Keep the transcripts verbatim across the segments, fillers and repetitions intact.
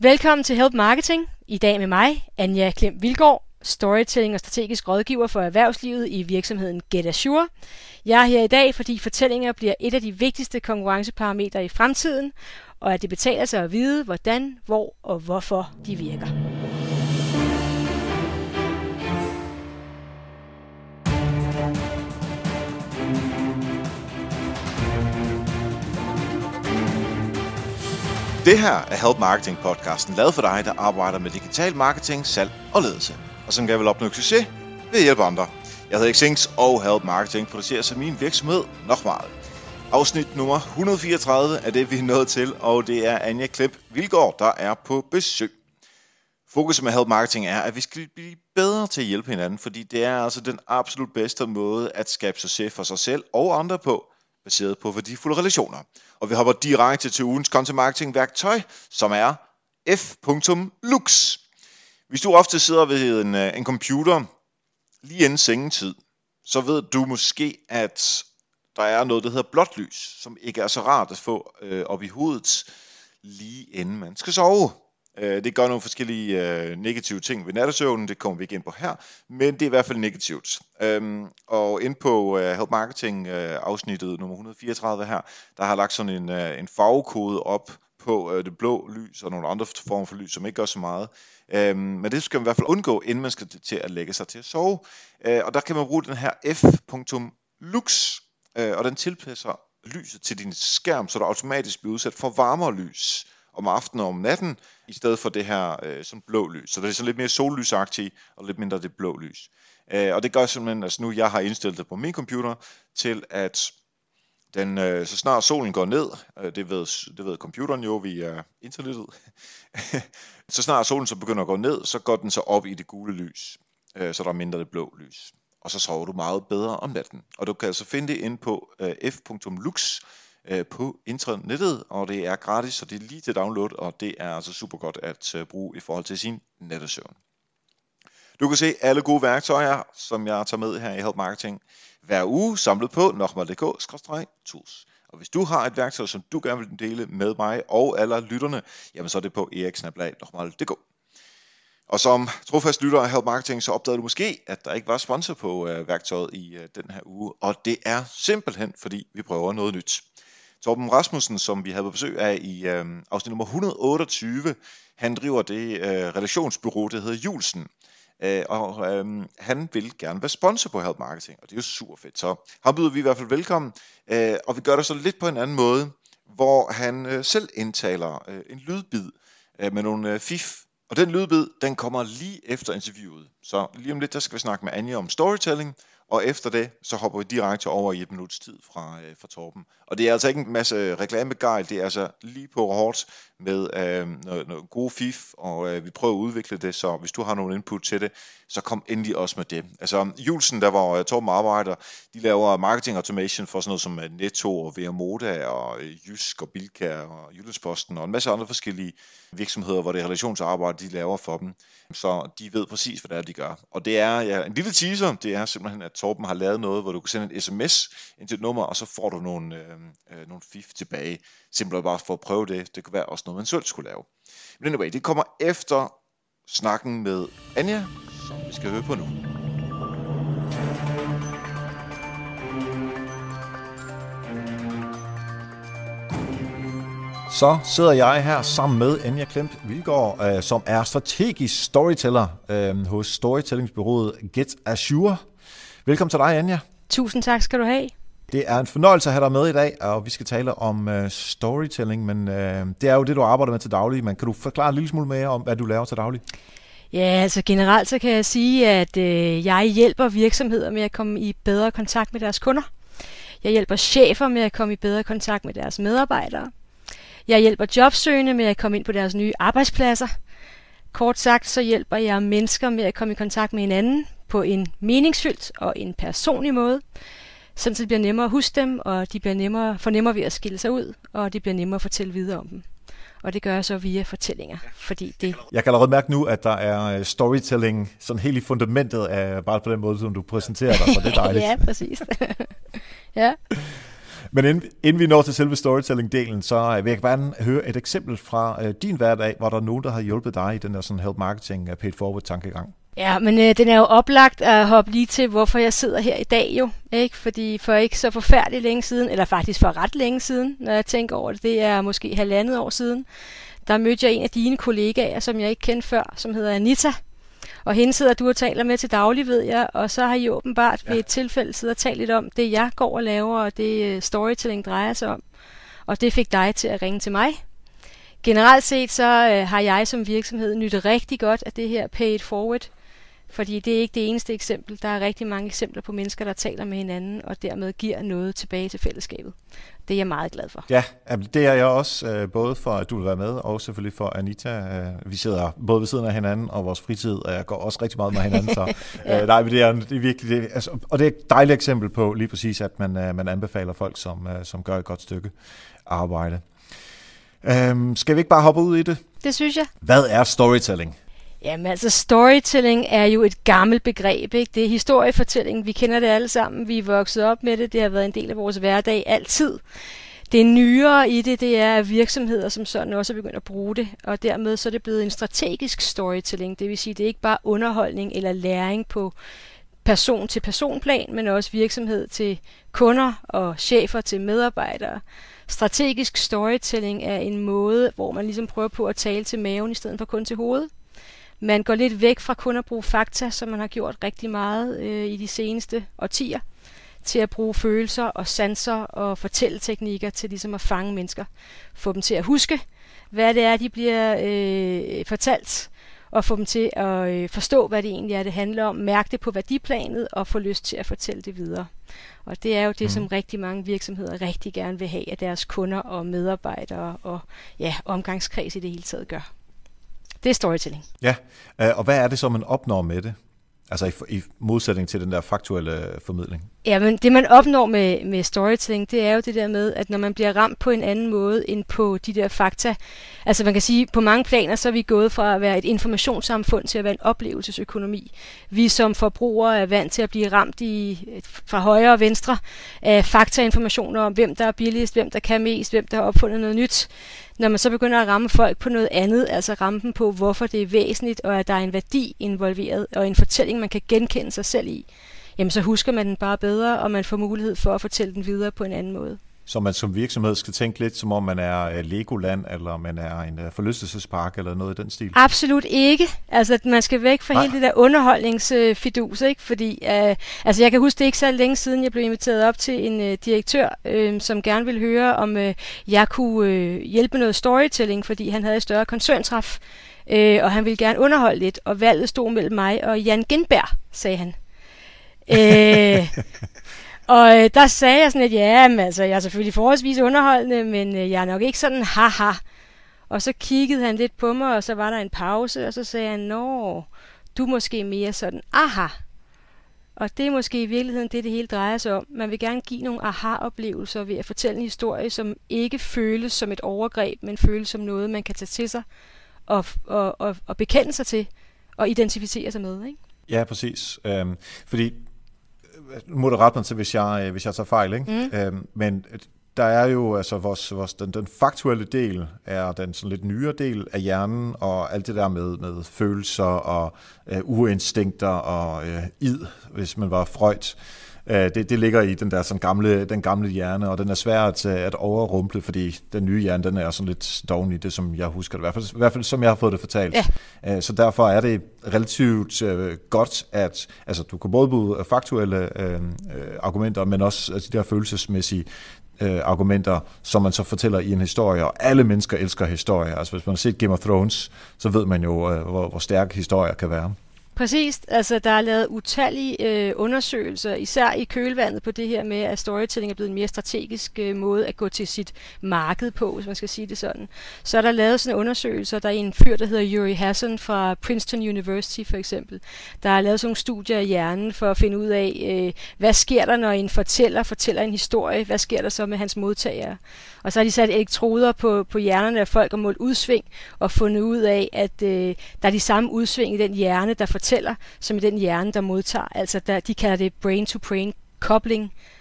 Velkommen til Help Marketing. I dag med mig, Anja Klem Vilgaard, storytelling og strategisk rådgiver for erhvervslivet i virksomheden GetAssure. Jeg er her i dag, fordi fortællinger bliver et af de vigtigste konkurrenceparametre i fremtiden, og at det betaler sig at vide, hvordan, hvor og hvorfor de virker. Det her er Help Marketing podcasten, lavet for dig, der arbejder med digital marketing, salg og ledelse, og som gerne vil opnå succes ved at hjælpe andre. Jeg hedder Xings, og Help Marketing producerer så min virksomhed nok meget. Afsnit nummer et hundrede og fireogtredive er det, vi er nået til, og det er Anja Klem Vilgaard, der er på besøg. Fokus med Help Marketing er, at vi skal blive bedre til at hjælpe hinanden, fordi det er altså den absolut bedste måde at skabe succes for sig selv og andre på, baseret på værdifulde relationer. Og vi hopper direkte til ugens content marketing værktøj, som er F punktum lux. Hvis du ofte sidder ved en, en computer lige inden sengetid, så ved du måske, at der er noget, der hedder blåt lys, som ikke er så rart at få øh, op i hovedet, lige inden man skal sove. Øh, det gør nogle forskellige øh, negative ting ved nattesøvnen, det kommer vi ikke ind på her, men det er i hvert fald negativt. Øhm, og ind på øh, Help Marketing øh, afsnittet nummer et hundrede og fireogtredive her, der har lagt sådan en, øh, en farvekode op på øh, det blå lys og nogle andre former for lys, som ikke gør så meget. Øhm, men det skal man i hvert fald undgå, inden man skal til at lægge sig til at sove. Øh, og der kan man bruge den her F punktum lux, øh, og den tilpasser lyset til din skærm, så du automatisk bliver udsat for varmere lys om aftenen og om natten, i stedet for det her øh, sådan blå lys. Så det er sådan lidt mere sollysagtigt, og lidt mindre det blå lys. Øh, og det gør simpelthen, at nu jeg har indstillet det på min computer, til at den, øh, så snart solen går ned, øh, det, ved, det ved computeren jo via internettet, så snart solen så begynder at gå ned, så går den så op i det gule lys, øh, så der er mindre det blå lys. Og så sover du meget bedre om natten. Og du kan altså finde det inde på øh, F punktum lux, på internettet, og det er gratis, så det er lige til download, og det er altså super godt at bruge i forhold til sin nattesøvn. Du kan se alle gode værktøjer, som jeg tager med her i Help Marketing hver uge, samlet på nokmal punktum d k skråstreg tools. Og hvis du har et værktøj, som du gerne vil dele med mig og alle lytterne, jamen så er det på erik snabel-a nokmal punktum d k. Og som trofast lytter af Help Marketing, så opdagede du måske, at der ikke var sponsor på øh, værktøjet i øh, den her uge, og det er simpelthen, fordi vi prøver noget nyt. Torben Rasmussen, som vi havde på besøg af i øh, afsnit nummer et hundrede og otteogtyve, han driver det øh, redaktionsbureau, der hedder Julesen. Øh, og øh, han vil gerne være sponsor på Help Marketing, og det er jo super fedt. Så ham byder vi i hvert fald velkommen, øh, og vi gør det så lidt på en anden måde, hvor han øh, selv indtaler øh, en lydbid øh, med nogle øh, fif. Og den lydbid, den kommer lige efter interviewet. Så lige om lidt, der skal vi snakke med Anja om storytelling, og efter det, så hopper vi direkte over i et minuts tid fra, øh, fra Torben. Og det er altså ikke en masse reklamegejl, det er altså lige på hårdt med øh, noget, noget gode fif, og øh, vi prøver at udvikle det, så hvis du har nogle input til det, så kom endelig også med det. Altså Julesen, der hvor uh, Torben arbejder, de laver marketing automation for sådan noget som uh, Netto og V R Moda og uh, Jysk og Bilka og Jyllandsposten og en masse andre forskellige virksomheder, hvor det er relationsarbejde, de laver for dem. Så de ved præcis, hvad det er, de gør. Og det er ja, en lille teaser, det er simpelthen, at Torben har lavet noget, hvor du kan sende en sms ind til et nummer, og så får du nogle, øh, øh, nogle fif tilbage. Simpelthen bare for at prøve det. Det kan være også noget, man selv skulle lave. Men anyway, det kommer efter snakken med Anja, som vi skal høre på nu. Så sidder jeg her sammen med Anja Klem Vilgaard, øh, som er strategisk storyteller øh, hos storytellingsbureauet GetAssure. Velkommen til dig, Anja. Tusind tak skal du have. Det er en fornøjelse at have dig med i dag, og vi skal tale om øh, storytelling, men øh, det er jo det, du arbejder med til daglig. Men kan du forklare en lille smule mere om, hvad du laver til daglig? Ja, altså generelt så kan jeg sige, at øh, jeg hjælper virksomheder med at komme i bedre kontakt med deres kunder. Jeg hjælper chefer med at komme i bedre kontakt med deres medarbejdere. Jeg hjælper jobsøgende med at komme ind på deres nye arbejdspladser. Kort sagt, så hjælper jeg mennesker med at komme i kontakt med hinanden på en meningsfyldt og en personlig måde, sådan så det bliver nemmere at huske dem, og de bliver nemmere, får nemmere ved at skille sig ud, og det bliver nemmere at fortælle videre om dem. Og det gør jeg så via fortællinger, fordi det... Jeg kan allerede mærke nu, at der er storytelling sådan helt i fundamentet af bare på den måde, som du præsenterer dig, så det er dejligt. Ja, præcis. Ja. Men inden, inden vi når til selve storytelling-delen, så vil jeg gerne høre et eksempel fra øh, din hverdag, hvor der er nogen, der har hjulpet dig i den der sådan help marketing uh, paid forward tankegang. Ja, men øh, den er jo oplagt at hoppe lige til, hvorfor jeg sidder her i dag jo, ikke? Fordi for ikke så forfærdeligt længe siden, eller faktisk for ret længe siden, når jeg tænker over det, det er måske halvandet år siden, der mødte jeg en af dine kollegaer, som jeg ikke kendte før, som hedder Anita. Og hende sidder du og taler med til daglig, ved jeg, og så har I åbenbart ved et tilfælde siddet og talt lidt om det, jeg går og laver, og det storytelling drejer sig om. Og det fik dig til at ringe til mig. Generelt set så øh, har jeg som virksomhed nyttet rigtig godt af det her pay it forward, fordi det er ikke det eneste eksempel. Der er rigtig mange eksempler på mennesker, der taler med hinanden, og dermed giver noget tilbage til fællesskabet. Det er jeg meget glad for. Ja, det er jeg også, både for at du vil være med, og selvfølgelig for Anita. Vi sidder både ved siden af hinanden, og vores fritid går også rigtig meget med hinanden. Så ja. nej, det er, det er virkelig, det, altså, og det er et dejligt eksempel på lige præcis, at man, man anbefaler folk, som, som gør et godt stykke arbejde. Øhm, skal vi ikke bare hoppe ud i det? Det synes jeg. Hvad er storytelling? Jamen altså, storytelling er jo et gammelt begreb, ikke? Det er historiefortælling. Vi kender det alle sammen. Vi er vokset op med det. Det har været en del af vores hverdag altid. Det nyere i det, det er virksomheder, som sådan også er begyndt at bruge det. Og dermed så er det blevet en strategisk storytelling. Det vil sige, det er ikke bare underholdning eller læring på person til personplan, men også virksomhed til kunder og chefer til medarbejdere. Strategisk storytelling er en måde, hvor man ligesom prøver på at tale til maven i stedet for kun til hovedet. Man går lidt væk fra kun at bruge fakta, som man har gjort rigtig meget øh, i de seneste årtier, til at bruge følelser og sanser og fortælleteknikker til ligesom at fange mennesker. Få dem til at huske, hvad det er, de bliver øh, fortalt, og få dem til at øh, forstå, hvad det egentlig er, det handler om, mærke det på værdiplanet og få lyst til at fortælle det videre. Og det er jo det, mm. som rigtig mange virksomheder rigtig gerne vil have, at deres kunder og medarbejdere og ja, omgangskreds i det hele taget gør. Det er storytelling. Ja, og hvad er det så, man opnår med det? Altså i, i modsætning til den der faktuelle formidling. Ja, men det man opnår med, med storytelling, det er jo det der med, at når man bliver ramt på en anden måde end på de der fakta. Altså man kan sige, på mange planer, så er vi gået fra at være et informationssamfund til at være en oplevelsesøkonomi. Vi som forbrugere er vant til at blive ramt i, fra højre og venstre af faktainformationer om, hvem der er billigst, hvem der kan mest, hvem der har opfundet noget nyt. Når man så begynder at ramme folk på noget andet, altså ramme dem på, hvorfor det er væsentligt, og at der er en værdi involveret, og en fortælling, man kan genkende sig selv i, jamen så husker man den bare bedre, og man får mulighed for at fortælle den videre på en anden måde. Så man som virksomhed skal tænke lidt, som om man er Legoland, eller man er en forlystelsespark, eller noget i den stil? Absolut ikke. Altså, man skal væk fra Nej. hele det der underholdningsfidus, ikke? Fordi, øh, altså, jeg kan huske, det ikke så længe siden, jeg blev inviteret op til en øh, direktør, øh, som gerne ville høre, om øh, jeg kunne øh, hjælpe med noget storytelling, fordi han havde et større koncerntræf, øh, og han ville gerne underholde lidt, og valget stod mellem mig og Jan Gindberg, sagde han. øh, Og øh, der sagde jeg sådan, at ja, men, altså, jeg er selvfølgelig forholdsvis underholdende, men øh, jeg er nok ikke sådan haha. Og så kiggede han lidt på mig, og så var der en pause, og så sagde han, nå, du er måske mere sådan aha. Og det er måske i virkeligheden det, det hele drejer sig om. Man vil gerne give nogle aha-oplevelser ved at fortælle en historie, som ikke føles som et overgreb, men føles som noget, man kan tage til sig og, og, og, og bekende sig til og identificere sig med, ikke? Ja, præcis. Øhm, fordi nu må du rette mig til, hvis jeg, hvis jeg tager fejl, ikke? Mm. Øhm, men der er jo, altså vores, vores, den, den faktuelle del er den sådan lidt nyere del af hjernen, og alt det der med, med følelser og øh, uinstinkter og øh, id, hvis man var Freud. Øh, det, det ligger i den der sådan gamle, den gamle hjerne, og den er svær at, at overrumple, fordi den nye hjerne, den er sådan lidt doven i det, som jeg husker det, i hvert fald, i hvert fald som jeg har fået det fortalt. Ja. Øh, så derfor er det relativt øh, godt, at altså, du kan både bruge faktuelle øh, argumenter, men også altså, de der følelsesmæssige øh, argumenter, som man så fortæller i en historie, og alle mennesker elsker historier. Altså hvis man har set Game of Thrones, så ved man jo, øh, hvor, hvor stærke historier kan være. Præcis, altså der er lavet utallige øh, undersøgelser, især i kølvandet på det her med, at storytelling er blevet en mere strategisk øh, måde at gå til sit marked på, hvis man skal sige det sådan. Så er der lavet sådan undersøgelser, der er en fyr, der hedder Yuri Hasson fra Princeton University for eksempel, der har lavet sådan nogle studier i hjernen for at finde ud af, øh, hvad sker der, når en fortæller fortæller en historie, hvad sker der så med hans modtagere. Og så har de sat elektroder på, på hjernerne af folk og målt udsving, og fundet ud af, at øh, der er de samme udsving i den hjerne, der fortæller, som i den hjerne, der modtager. Altså der, de kalder det brain-to-brain kobling.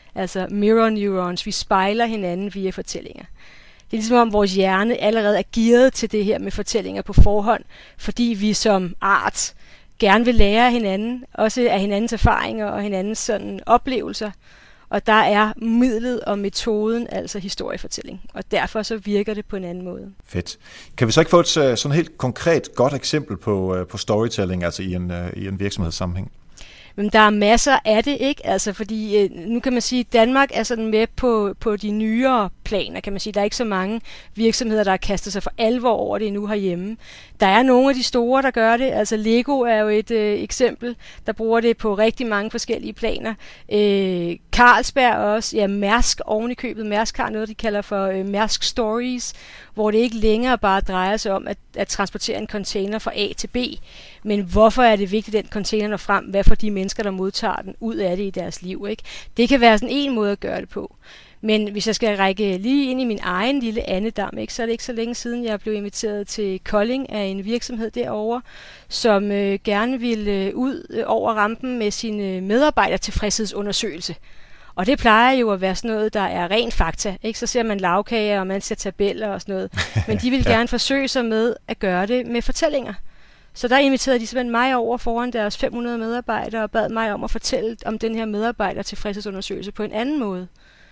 Altså mirror neurons, vi spejler hinanden via fortællinger. Det er ligesom om vores hjerne allerede er gearet til det her med fortællinger på forhånd, fordi vi som art gerne vil lære af hinanden, også af hinandens erfaringer og hinandens sådan oplevelser. Og der er midlet og metoden, altså historiefortælling. Og derfor så virker det på en anden måde. Fedt. Kan vi så ikke få et sådan helt konkret godt eksempel på, på storytelling, altså i en, i en virksomhedssammenhæng? Men der er masser af det, ikke? Altså, fordi øh, nu kan man sige, at Danmark er sådan med på, på de nyere planer, kan man sige. Der er ikke så mange virksomheder, der har kastet sig for alvor over det endnu herhjemme. Der er nogle af de store, der gør det. Altså Lego er jo et øh, eksempel, der bruger det på rigtig mange forskellige planer. Øh, Carlsberg også, ja, Mærsk oven i købet. Mærsk har noget, de kalder for øh, Mærsk Stories, hvor det ikke længere bare drejer sig om at, at transportere en container fra A til B, men hvorfor er det vigtigt, at den container når frem? Hvad for de mennesker, der modtager den, ud af det i deres liv, ikke? Det kan være sådan en måde at gøre det på. Men hvis jeg skal række lige ind i min egen lille andedam, ikke, så er det ikke så længe siden, jeg blev inviteret til Kolding af en virksomhed derovre, som øh, gerne ville øh, ud øh, over rampen med sin øh, medarbejdertilfredshedsundersøgelse. Og det plejer jo at være sådan noget, der er ren fakta. Ikke? Så ser man lavkager, og man ser tabeller og sådan noget. Men de vil ja. gerne forsøge sig med at gøre det med fortællinger. Så der inviterede de simpelthen mig over foran deres fem hundrede medarbejdere og bad mig om at fortælle om den her medarbejdertilfredshedsundersøgelse på en anden måde.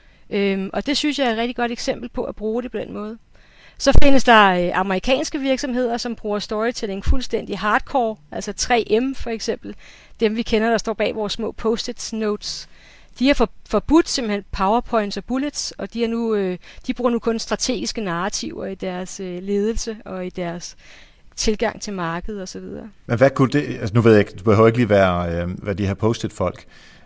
Øhm, og det synes jeg er et rigtig godt eksempel på at bruge det på den måde. Så findes der øh, amerikanske virksomheder, som bruger storytelling fuldstændig hardcore, altså tre M for eksempel. Dem vi kender, der står bag vores små post-it notes. De har for, forbudt simpelthen powerpoints og bullets, og de, er nu, øh, de bruger nu kun strategiske narrativer i deres øh, ledelse og i deres tilgang til markedet osv. Men hvad kunne det, altså nu ved jeg ikke, det behøver ikke lige være, øh, hvad de her post-it folk,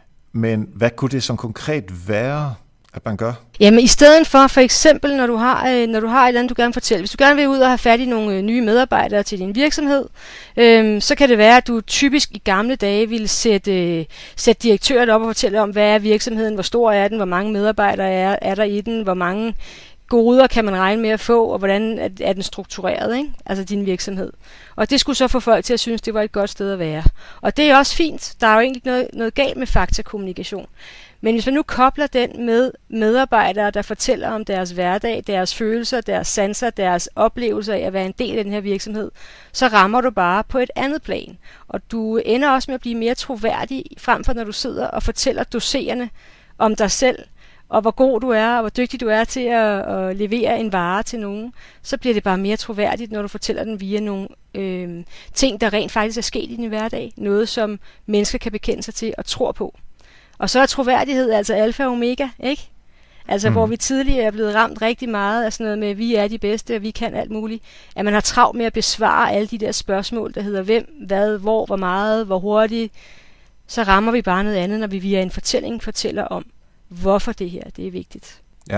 men hvad kunne det som konkret være, at man gør? Jamen i stedet for, for eksempel, når du har, øh, når du har et eller andet, du gerne vil fortælle. Hvis du gerne vil ud og have fat i nogle øh, nye medarbejdere til din virksomhed, øh, så kan det være, at du typisk i gamle dage ville sætte, øh, sætte direktøren op og fortælle om, hvad er virksomheden, hvor stor er den, hvor mange medarbejdere er, er der i den, hvor mange goder kan man regne med at få, og hvordan er, er den struktureret, ikke? Altså din virksomhed. Og det skulle så få folk til at synes, det var et godt sted at være. Og det er også fint. Der er jo egentlig noget, noget galt med faktakommunikation. Men hvis man nu kobler den med medarbejdere, der fortæller om deres hverdag, deres følelser, deres sanser, deres oplevelser af at være en del af den her virksomhed, så rammer du bare på et andet plan. Og du ender også med at blive mere troværdig, frem for når du sidder og fortæller doserende om dig selv, og hvor god du er, og hvor dygtig du er til at, at levere en vare til nogen, så bliver det bare mere troværdigt, når du fortæller den via nogle øh, ting, der rent faktisk er sket i din hverdag. Noget, som mennesker kan bekende sig til og tror på. Og så er troværdighed altså alfa og omega, ikke? Altså mm. hvor vi tidligere er blevet ramt rigtig meget af sådan noget med, at vi er de bedste, og vi kan alt muligt. At man har travlt med at besvare alle de der spørgsmål, der hedder hvem, hvad, hvor, hvor meget, hvor hurtigt. Så rammer vi bare noget andet, når vi via en fortælling fortæller om, hvorfor det her, det er vigtigt. Ja.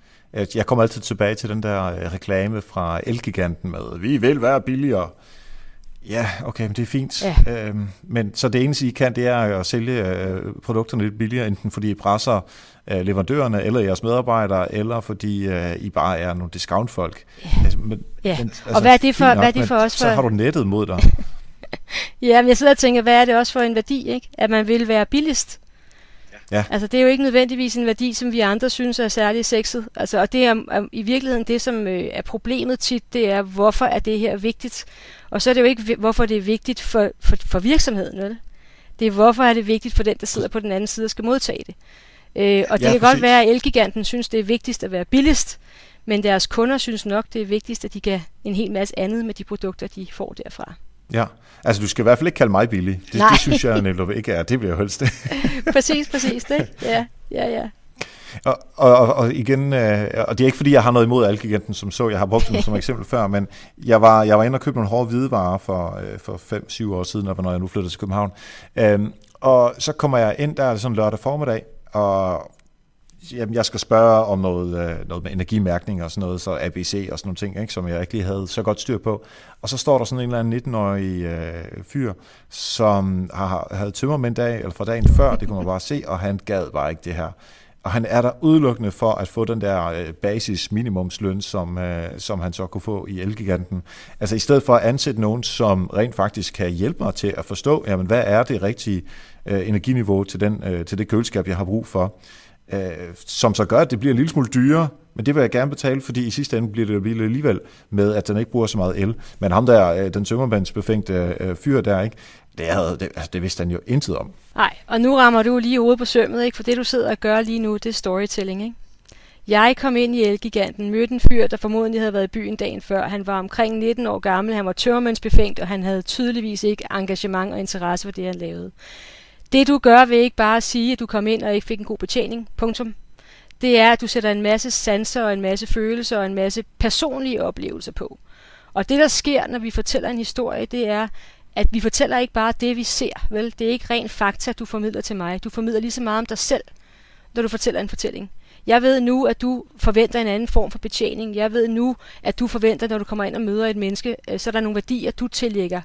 Jeg kommer altid tilbage til den der reklame fra Elgiganten med, vi vil være billigere. Ja, okay, men det er fint. Ja. Øhm, men så det eneste, I kan, det er at sælge øh, produkterne lidt billigere, enten fordi I presser øh, leverandørerne, eller jeres medarbejdere, eller fordi øh, I bare er nogle discountfolk. Ja. Altså, men, ja. Men, altså, og hvad er det for, nok, hvad er det for os? For... Så har du nettet mod dig. Ja, men jeg sidder og tænker, hvad er det også for en værdi, ikke? At man vil være billigst. Ja. Altså det er jo ikke nødvendigvis en værdi, som vi andre synes er særlig sexet. Altså, og det er, er i virkeligheden det, som øh, er problemet tit, det er, hvorfor er det her vigtigt? Og så er det jo ikke, hvorfor det er vigtigt for, for, for virksomheden, vel? Det er, hvorfor er det vigtigt for den, der sidder på den anden side og skal modtage det. Øh, og det ja, kan præcis. Godt være, at Elgiganten synes, det er vigtigst at være billigst, men deres kunder synes nok, det er vigtigst, at de kan en hel masse andet med de produkter, de får derfra. Ja, altså du skal i hvert fald ikke kalde mig billig. Det, det synes jeg netop ikke er. Det bliver jo helst det. præcis, præcis det. Ja, ja, ja. Og, og, og igen, øh, og det er ikke fordi, jeg har noget imod Elgiganten som så, jeg har brugt dem som eksempel før, men jeg var, jeg var inde og købte nogle hårde hvidevarer for, øh, for fem syv år siden, når jeg nu flyttede til København. Øhm, og så kommer jeg ind der sådan lørdag formiddag, og jamen, jeg skal spørge om noget, øh, noget med energimærkning og sådan noget, så A B C og sådan nogle ting, ikke, som jeg ikke lige havde så godt styr på. Og så står der sådan en eller anden nitten-årig øh, fyr, som har, havde tømmermænd dag, eller fra dagen før, det kunne man bare se, og han gad bare ikke det her. Og han er der udelukkende for at få den der øh, basis minimumsløn, som, øh, som han så kunne få i Elgiganten. Altså i stedet for at ansætte nogen, som rent faktisk kan hjælpe mig til at forstå, jamen hvad er det rigtige øh, energiniveau til, den, øh, til det køleskab, jeg har brug for. øh, som så gør, at det bliver en lille smule dyrere, men det vil jeg gerne betale, fordi i sidste ende bliver det jo alligevel med, at den ikke bruger så meget el. Men ham der, den tømmermandsbefængte øh, fyr der, ikke? Det, havde, det, altså, det vidste han jo intet om. Nej, og nu rammer du lige hovedet på sømmet, ikke? For det du sidder og gør lige nu, det er storytelling, ikke? Jeg kom ind i Elgiganten, mødte en fyr, der formodentlig havde været i byen dagen før. Han var omkring nitten år gammel, han var tømmermandsbefængt, og han havde tydeligvis ikke engagement og interesse for det, han lavede. Det du gør ved ikke bare at sige, at du kom ind og ikke fik en god betjening, punktum. Det er, at du sætter en masse sanser og en masse følelser og en masse personlige oplevelser på. Og det, der sker, når vi fortæller en historie, det er, at vi fortæller ikke bare det, vi ser. Vel? Det er ikke ren fakta, du formidler til mig. Du formidler lige så meget om dig selv, når du fortæller en fortælling. Jeg ved nu, at du forventer en anden form for betjening. Jeg ved nu, at du forventer, når du kommer ind og møder et menneske, så er der nogle værdier, du tillægger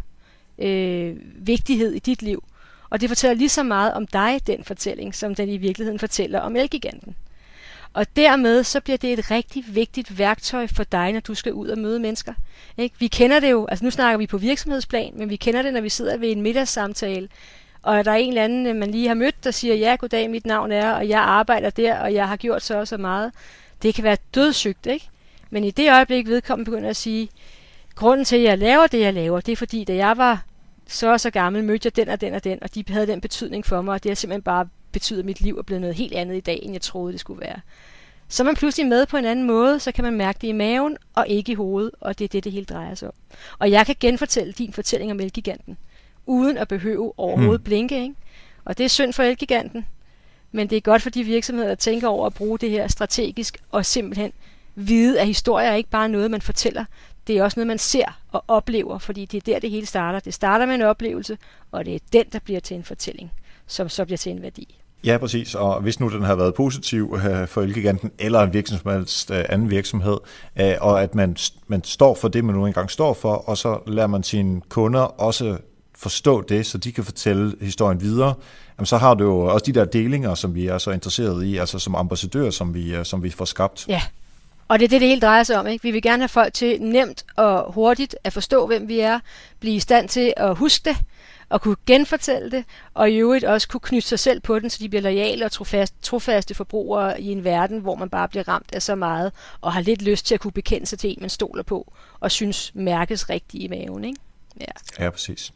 øh, vigtighed i dit liv. Og det fortæller lige så meget om dig, den fortælling, som den i virkeligheden fortæller om Elgiganten. Og dermed så bliver det et rigtig vigtigt værktøj for dig, når du skal ud og møde mennesker. Ikke? Vi kender det jo, altså nu snakker vi på virksomhedsplan, men vi kender det, når vi sidder ved en middagssamtale, og der er en eller anden, man lige har mødt, der siger, ja, goddag, mit navn er, og jeg arbejder der, og jeg har gjort så og så meget. Det kan være dødssygt, ikke? Men i det øjeblik, vedkommende begynder at sige, grunden til, at jeg laver det, jeg laver, det er fordi, da jeg var så og så gammel, mødte jeg den og den og den, og de havde den betydning for mig, og det har simpelthen bare betydet, at mit liv er blevet noget helt andet i dag, end jeg troede, det skulle være. Så er man pludselig med på en anden måde, så kan man mærke det i maven, og ikke i hovedet, og det er det, det hele drejer sig om. Og jeg kan genfortælle din fortælling om Elgiganten, uden at behøve overhovedet hmm. blinke, ikke? Og det er synd for Elgiganten, men det er godt for de virksomheder, der tænker over at bruge det her strategisk, og simpelthen vide, at historier er ikke bare noget, man fortæller, det er også noget, man ser og oplever, fordi det er der, det hele starter. Det starter med en oplevelse, og det er den, der bliver til en fortælling, som så bliver til en værdi. Ja, præcis. Og hvis nu den har været positiv øh, for Elgiganten eller en virksomheds øh, anden virksomhed, øh, og at man, man står for det, man nu engang står for, og så lader man sine kunder også forstå det, så de kan fortælle historien videre, jamen, så har du jo også de der delinger, som vi er så interesserede i, altså som ambassadør, som vi, som vi får skabt. Ja, og det er det, det hele drejer sig om, ikke? Vi vil gerne have folk til nemt og hurtigt at forstå, hvem vi er, blive i stand til at huske det, og kunne genfortælle det, og i øvrigt også kunne knytte sig selv på den, så de bliver loyale og trofaste, trofaste forbrugere i en verden, hvor man bare bliver ramt af så meget, og har lidt lyst til at kunne bekende sig til en, man stoler på, og synes mærkes rigtigt i maven, ikke? Ja, ja, præcis.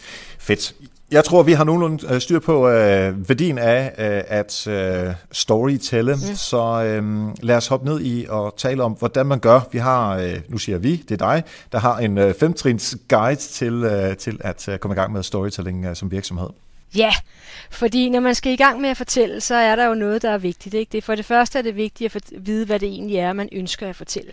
Fedt. Jeg tror, vi har nogenlunde styr på øh, værdien af øh, at øh, storytelle, mm. så øh, lad os hoppe ned i og tale om, hvordan man gør. Vi har, øh, nu siger vi, det er dig, der har en øh, femtrins guide til, øh, til at øh, komme i gang med storytelling øh, som virksomhed. Ja, fordi når man skal i gang med at fortælle, så er der jo noget, der er vigtigt, ikke? Det, for det første er det vigtigt at vide, hvad det egentlig er, man ønsker at fortælle.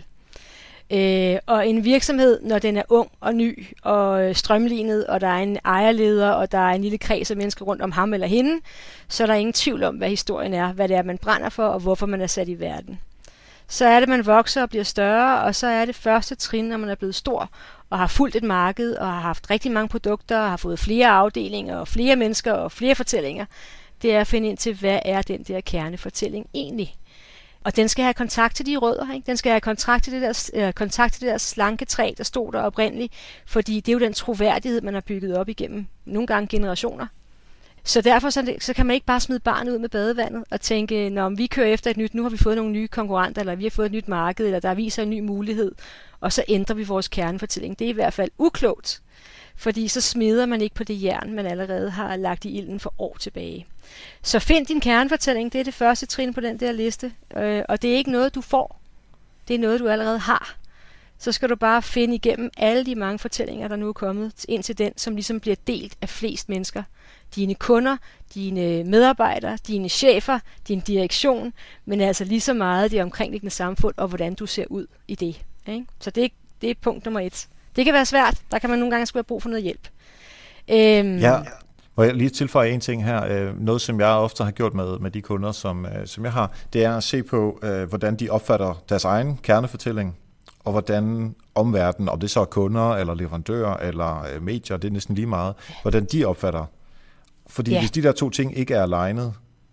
Øh, og en virksomhed, når den er ung og ny og strømlignet, og der er en ejerleder, og der er en lille kreds af mennesker rundt om ham eller hende, så er der ingen tvivl om, hvad historien er, hvad det er, man brænder for, og hvorfor man er sat i verden. Så er det, man vokser og bliver større, og så er det første trin, når man er blevet stor, og har fulgt et marked, og har haft rigtig mange produkter, og har fået flere afdelinger, og flere mennesker, og flere fortællinger, det er at finde ind til, hvad er den der kernefortælling egentlig. Og den skal have kontakt til de rødder, ikke? Den skal have kontakt til det der, øh, kontakt til det der slanke træ, der stod der oprindeligt, fordi det er jo den troværdighed, man har bygget op igennem nogle gange generationer. Så derfor så, det, så kan man ikke bare smide barnet ud med badevandet og tænke, når vi kører efter et nyt, nu har vi fået nogle nye konkurrenter, eller vi har fået et nyt marked, eller der viser en ny mulighed, og så ændrer vi vores kernefortælling. Det er i hvert fald uklogt, fordi så smider man ikke på det jern, man allerede har lagt i ilden for år tilbage. Så find din kernefortælling, det er det første trin på den der liste, øh, og det er ikke noget, du får. Det er noget, du allerede har. Så skal du bare finde igennem alle de mange fortællinger, der nu er kommet, ind til den, som ligesom bliver delt af flest mennesker. Dine kunder, dine medarbejdere, dine chefer, din direktion, men altså lige så meget det omkringliggende samfund, og hvordan du ser ud i det. Ikke? Så det, det er punkt nummer et. Det kan være svært, der kan man nogle gange skulle have brug for noget hjælp. Øhm, ja. Og jeg lige tilføje en ting her. Noget, som jeg ofte har gjort med, med de kunder, som, som jeg har, det er at se på, hvordan de opfatter deres egen kernefortælling, og hvordan omverdenen, om det så er kunder, eller leverandører, eller medier, det er næsten lige meget, hvordan de opfatter. Fordi yeah. hvis de der to ting ikke er alignet,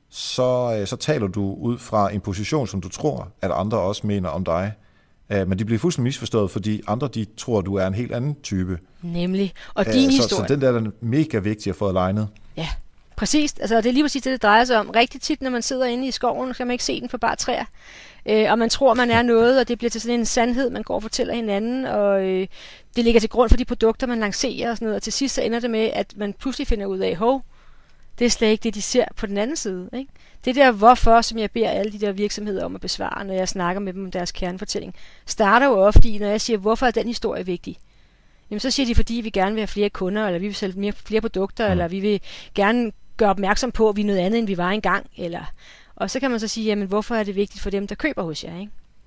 så, så taler du ud fra en position, som du tror, at andre også mener om dig. Men de bliver fuldstændig misforstået, fordi andre de tror, at du er en helt anden type. Nemlig. Og din så, historie. Så den der er mega vigtig at få alignet. Ja, Præcis, altså det er lige præcis det, det drejer sig om. Rigtig tit, når man sidder inde i skoven, så kan man ikke se den for bare træer. Øh, og man tror, man er noget, og det bliver til sådan en sandhed, man går og fortæller hinanden, og øh, det ligger til grund for de produkter, man lancerer og sådan noget. Og til sidst så ender det med, at man pludselig finder ud af, hov, det er slet ikke det, de ser på den anden side. Ikke? Det der hvorfor, som jeg beder alle de der virksomheder om at besvare, når jeg snakker med dem om deres kernefortælling, starter jo ofte i, når jeg siger, hvorfor er den historie vigtig? Jamen så siger de, fordi vi gerne vil have flere kunder, eller vi vil sælge mere, flere produkter, mm. eller vi vil gerne gøre opmærksom på, at vi er noget andet, end vi var engang. Eller... Og så kan man så sige, jamen hvorfor er det vigtigt for dem, der køber hos jer? Ikke?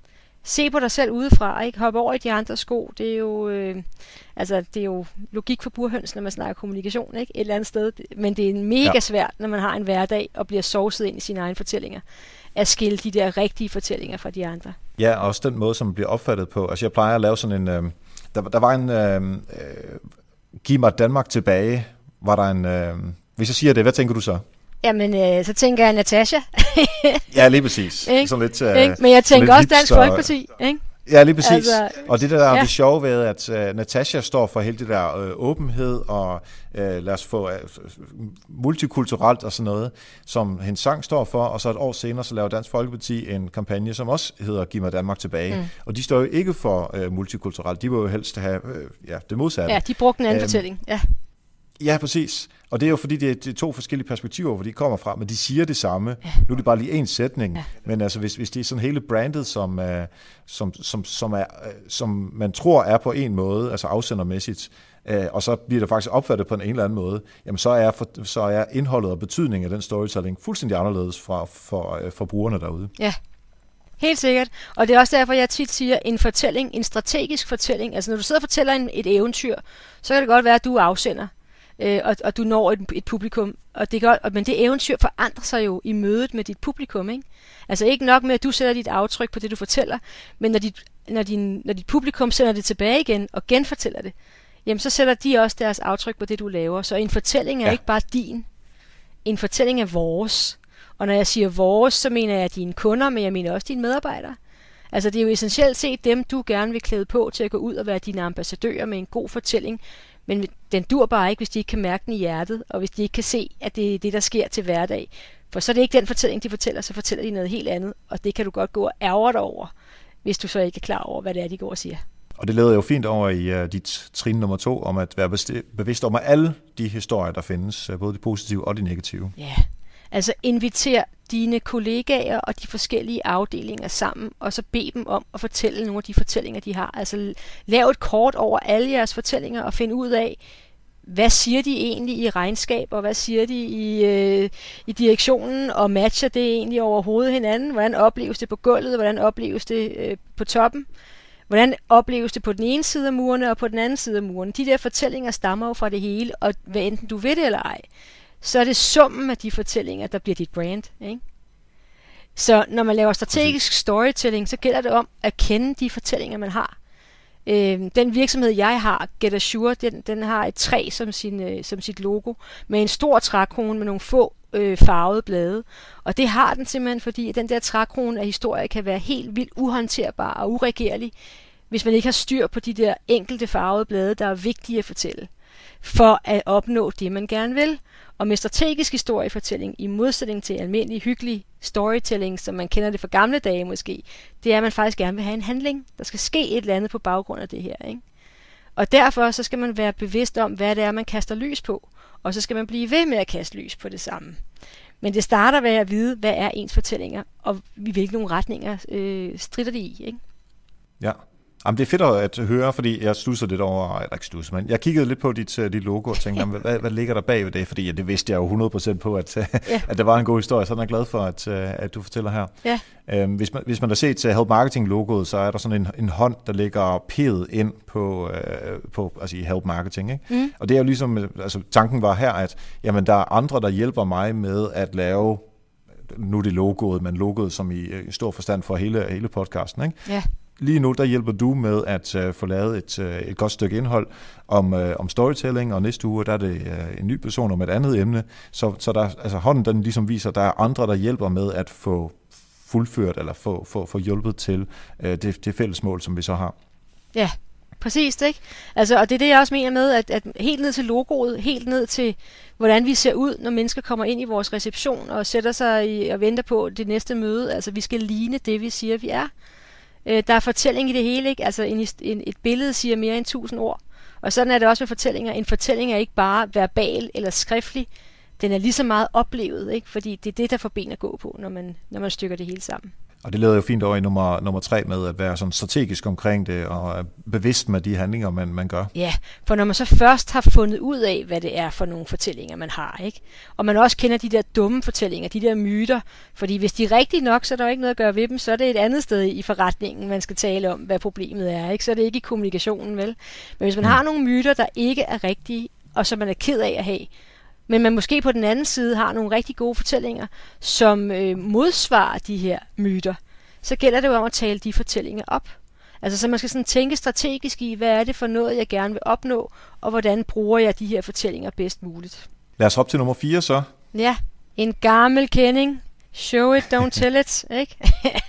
Se på dig selv udefra, ikke? Hop over i de andre sko. Det er jo, øh, altså, det er jo logik for burhøns, når man snakker kommunikation, ikke? Et eller andet sted. Men det er mega ja. svært, når man har en hverdag og bliver sovset ind i sine egne fortællinger, at skille de der rigtige fortællinger fra de andre. Ja, og også den måde, som bliver opfattet på. Altså jeg plejer at lave sådan en... Øh, der, der var en... Øh, øh, Giv mig Danmark tilbage, var der en... Øh, hvis jeg siger det, hvad tænker du så? Jamen, øh, så tænker jeg Natasha. Ja, lige præcis. Sådan lidt, øh, Men jeg tænker også Dansk Folkeparti, ikke? Ja, lige præcis. Altså, og det der er ja. det sjove ved, at uh, Natasha står for hele det der uh, åbenhed og uh, lad os få uh, multikulturelt og sådan noget, som hendes sang står for, og så et år senere, så laver Dansk Folkeparti en kampagne, som også hedder Giv mig Danmark tilbage. Mm. Og de står jo ikke for uh, multikulturelt, de vil jo helst have uh, ja, det modsatte. Ja, de brugte en anden um, fortælling, ja. Ja, præcis. Og det er jo fordi, det er, det er to forskellige perspektiver, hvor de kommer fra, men de siger det samme. Ja. Nu er det bare lige en sætning. Ja. Men altså, hvis, hvis det er sådan hele brandet, som, uh, som, som, som, er, uh, som man tror er på en måde, altså afsendermæssigt, uh, og så bliver det faktisk opfattet på en eller anden måde, jamen så er, for, så er indholdet og betydningen af den storytelling fuldstændig anderledes fra, for, uh, for brugerne derude. Ja. Helt sikkert. Og det er også derfor, jeg tit siger, en fortælling, en strategisk fortælling. Altså, når du sidder og fortæller en, et eventyr, så kan det godt være, at du er afsender. Øh, og, og du når et, et publikum, og det gør, men det eventyr forandrer sig jo i mødet med dit publikum, ikke? Altså ikke nok med, at du sætter dit aftryk på det, du fortæller, men når dit, når din, når dit publikum sender det tilbage igen og genfortæller det, jamen så sætter de også deres aftryk på det, du laver. Så en fortælling er ja. ikke bare din, en fortælling er vores. Og når jeg siger vores, så mener jeg dine kunder, men jeg mener også dine medarbejdere. Altså det er jo essentielt set dem, du gerne vil klæde på til at gå ud og være dine ambassadører med en god fortælling. Men den dur bare ikke, hvis de ikke kan mærke den i hjertet, og hvis de ikke kan se, at det er det, der sker til hverdag. For så er det ikke den fortælling, de fortæller, så fortæller de noget helt andet, og det kan du godt gå og ærge dig over, hvis du så ikke er klar over, hvad det er, de går og siger. Og det leder jo fint over i uh, dit trin nummer to, om at være besti- bevidst om, at alle de historier, der findes, både de positive og de negative. Ja, altså inviter dine kollegaer og de forskellige afdelinger sammen, og så bed dem om at fortælle nogle af de fortællinger, de har. Altså lav et kort over alle jeres fortællinger, og find ud af, hvad siger de egentlig i regnskab, og hvad siger de i, øh, i direktionen, og matcher det egentlig overhovedet hinanden? Hvordan opleves det på gulvet, hvordan opleves det øh, på toppen? Hvordan opleves det på den ene side af murene, og på den anden side af murene? De der fortællinger stammer jo fra det hele, og hvad enten du ved det eller ej, så er det summen af de fortællinger, der bliver dit brand, ikke? Så når man laver strategisk storytelling, så gælder det om at kende de fortællinger, man har. Øh, den virksomhed, jeg har, GetAssure, den, den har et træ som, sin, øh, som sit logo, med en stor trækrone med nogle få øh, farvede blade. Og det har den simpelthen, fordi den der trækrone af historie kan være helt vildt uhåndterbar og uregerlig, hvis man ikke har styr på de der enkelte farvede blade, der er vigtige at fortælle, for at opnå det, man gerne vil. Og med strategisk historiefortælling, i modsætning til almindelig hyggelig storytelling, som man kender det fra gamle dage måske, det er, at man faktisk gerne vil have en handling. Der skal ske et eller andet på baggrund af det her, ikke? Og derfor så skal man være bevidst om, hvad det er, man kaster lys på. Og så skal man blive ved med at kaste lys på det samme. Men det starter ved at vide, hvad er ens fortællinger, og i hvilke nogle retninger øh, strider de i, ikke? Ja. Jamen, det er fedt at høre, fordi jeg stusser lidt over, eller ikke stusser, men jeg kiggede lidt på dit, dit logo og tænkte, hvad, hvad ligger der bag ved det? Fordi ja, det vidste jeg jo hundrede procent på, at, ja. at det var en god historie, så jeg er glad for, at, at du fortæller her. Ja. Øhm, hvis, man, hvis man har set til Help Marketing-logoet, så er der sådan en, en hånd, der ligger peget ind på, øh, på altså i Help Marketing, ikke? Mm. Og det er jo ligesom, altså tanken var her, at jamen, der er andre, der hjælper mig med at lave, nu er det logoet, men logoet som i, i stor forstand for hele, hele podcasten, ikke? Ja. Lige nu, der hjælper du med at uh, få lavet et, uh, et godt stykke indhold om, uh, om storytelling, og næste uge, der er det uh, en ny person om et andet emne. Så, så der, altså, hånden, den ligesom viser, at der er andre, der hjælper med at få fuldført, eller få, få, få hjulpet til uh, det, det fælles mål, som vi så har. Ja, Præcis, ikke? Altså, og det er det, jeg også mener med, at, at helt ned til logoet, helt ned til, hvordan vi ser ud, når mennesker kommer ind i vores reception og sætter sig i, og venter på det næste møde. Altså, vi skal ligne det, vi siger, vi er. Øh, der er fortælling i det hele, ikke? Altså, en, en, et billede siger mere end tusind ord. Og sådan er det også med fortællinger. En fortælling er ikke bare verbal eller skriftlig. Den er lige så meget oplevet, ikke? Fordi det er det, der får ben at gå på, når man, når man stykker det hele sammen. Og det leder jo fint over i nummer, nummer tre med at være sådan strategisk omkring det og bevidst med de handlinger, man, man gør. Ja, for når man så først har fundet ud af, hvad det er for nogle fortællinger, man har, ikke? Og man også kender de der dumme fortællinger, de der myter, fordi hvis de er rigtige nok, så er der jo ikke noget at gøre ved dem, så er det et andet sted i forretningen, man skal tale om, hvad problemet er, ikke? Så er det ikke i kommunikationen, vel? Men hvis man mm. har nogle myter, der ikke er rigtige, og som man er ked af at have, men man måske på den anden side har nogle rigtig gode fortællinger, som øh, modsvarer de her myter, så gælder det jo om at tale de fortællinger op. Altså så man skal sådan tænke strategisk i, hvad er det for noget, jeg gerne vil opnå, og hvordan bruger jeg de her fortællinger bedst muligt. Lad os hoppe til nummer fire så. Ja, en gammel kending. Show it, don't tell it, ikke?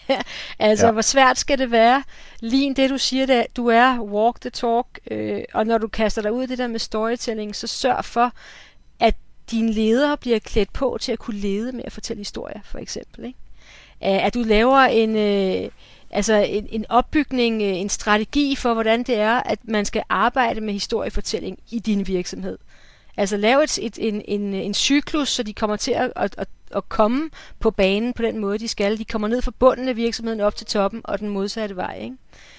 Altså, ja. Hvor svært skal det være? Lign det, du siger, det, du er, walk the talk, øh, og når du kaster dig ud i det der med storytelling, så sørg for, at dine ledere bliver klædt på til at kunne lede med at fortælle historier, for eksempel. Ikke? At du laver en, øh, altså en, en opbygning, en strategi for, hvordan det er, at man skal arbejde med historiefortælling i din virksomhed. Altså lave et, et, en, en, en cyklus, så de kommer til at, at, at, at komme på banen på den måde, de skal. De kommer ned fra bunden af virksomheden op til toppen, og den modsatte vej, ikke?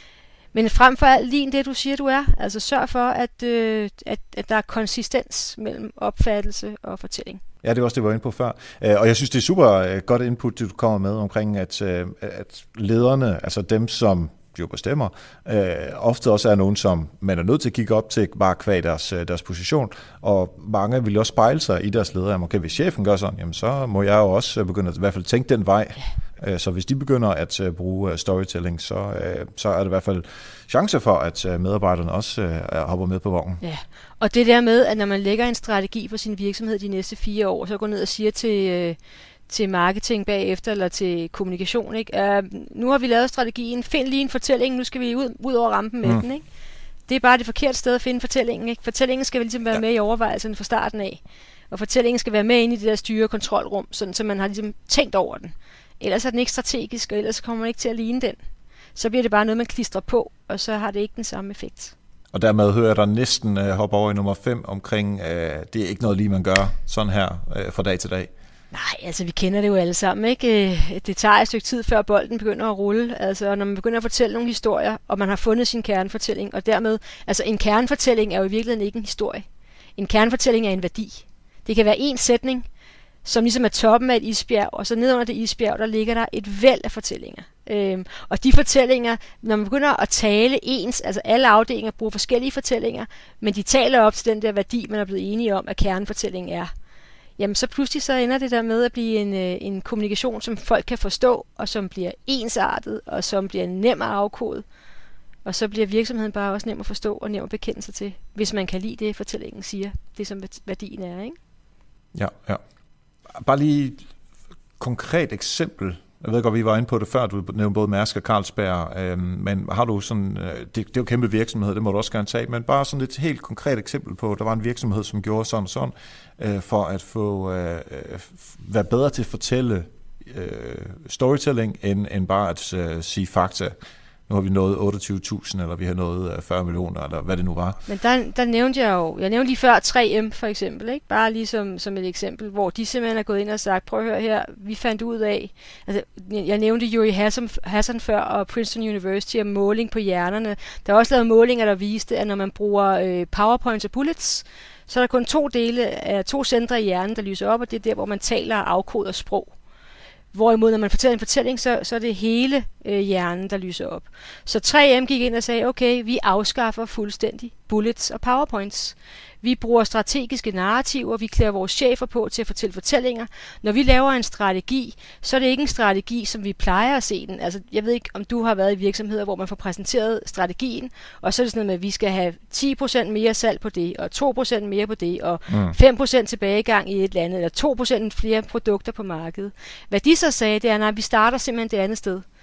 Men frem for alt, lign det, du siger, du er. Altså sørg for, at, øh, at, at der er konsistens mellem opfattelse og fortælling. Ja, det var også det, vi var inde på før. Og jeg synes, det er super godt input, du kommer med omkring, at, at lederne, altså dem, som jo bestemmer, øh, ofte også er nogen, som man er nødt til at kigge op til, bare kvad deres, deres position, og mange vil også spejle sig i deres ledere. Okay, hvis chefen gør sådan, jamen så må jeg jo også begynde at i hvert fald tænke den vej. Yeah. Så hvis de begynder at bruge storytelling, så, så er det i hvert fald chance for, at medarbejderne også hopper med på vognen. Ja, og det der med, at når man lægger en strategi for sin virksomhed de næste fire år, så går ned og siger til... til marketing bagefter, eller til kommunikation, ikke? Uh, nu har vi lavet strategien, find lige en fortælling, nu skal vi ud, ud over rampen med mm. den, ikke? Det er bare det forkerte sted at finde fortællingen, ikke? Fortællingen skal ligesom være ja. med i overvejelserne fra starten af, og fortællingen skal være med inde i det der styre- og kontrolrum, sådan så man har ligesom tænkt over den. Ellers er den ikke strategisk, og ellers kommer man ikke til at ligne den. Så bliver det bare noget, man klistrer på, og så har det ikke den samme effekt. Og dermed hører jeg dig næsten uh, hoppe over i nummer fem omkring, uh, det er ikke noget lige, man gør sådan her uh, fra dag til dag. Nej, altså vi kender det jo alle sammen, ikke? Det tager et stykke tid, før bolden begynder at rulle. Altså når man begynder at fortælle nogle historier, og man har fundet sin kernefortælling, og dermed, altså en kernefortælling er jo i virkeligheden ikke en historie. En kernefortælling er en værdi. Det kan være en sætning, som ligesom er toppen af et isbjerg, og så ned under det isbjerg, der ligger der et væld af fortællinger. Øhm, og de fortællinger, når man begynder at tale ens, altså alle afdelinger bruger forskellige fortællinger, men de taler op til den der værdi, man er blevet enige om, at kernefortællingen er. Jamen så pludselig så ender det der med at blive en, en kommunikation, som folk kan forstå, og som bliver ensartet, og som bliver nem at afkode. Og så bliver virksomheden bare også nem at forstå og nem at bekende sig til, hvis man kan lide det, fortællingen siger, det som værdien er, ikke? Ja, ja. Bare lige konkret eksempel. Jeg ved godt, vi var inde på det før, du nævnte både Mærsk og Carlsberg, øhm, men har du sådan, øh, det, det er jo kæmpe virksomhed, det må du også gerne tage, men bare sådan et helt konkret eksempel på, der var en virksomhed, som gjorde sådan og sådan, øh, for at få øh, være bedre til at fortælle øh, storytelling, end, end bare at øh, sige fakta. Nu har vi nået otteogtyve tusind, eller vi har nået fyrre millioner, eller hvad det nu var. Men der, der nævnte jeg jo, jeg nævnte lige før tre M for eksempel, ikke? Bare lige som, som et eksempel, hvor de simpelthen er gået ind og sagt, prøv at høre her, vi fandt ud af, altså jeg nævnte Yuri Hassan, Hassan før, og Princeton University og måling på hjernerne. Der er også lavet målinger, der viste, at når man bruger øh, PowerPoints og bullets, så er der kun to dele af to centre i hjernen, der lyser op, og det er der, hvor man taler og afkoder sprog. Hvorimod, når man fortæller en fortælling, så, så er det hele øh, hjernen, der lyser op. Så tre M gik ind og sagde, okay, vi afskaffer fuldstændig bullets og powerpoints. Vi bruger strategiske narrativer, vi klæder vores chefer på til at fortælle fortællinger. Når vi laver en strategi, så er det ikke en strategi, som vi plejer at se den. Altså, jeg ved ikke, om du har været i virksomheder, hvor man får præsenteret strategien, og så er det sådan noget med, at vi skal have ti procent mere salg på det, og to procent mere på det, og mm. fem procent tilbagegang i et eller andet, eller to procent flere produkter på markedet. Hvad de så sagde, det er, at vi starter simpelthen det andet sted.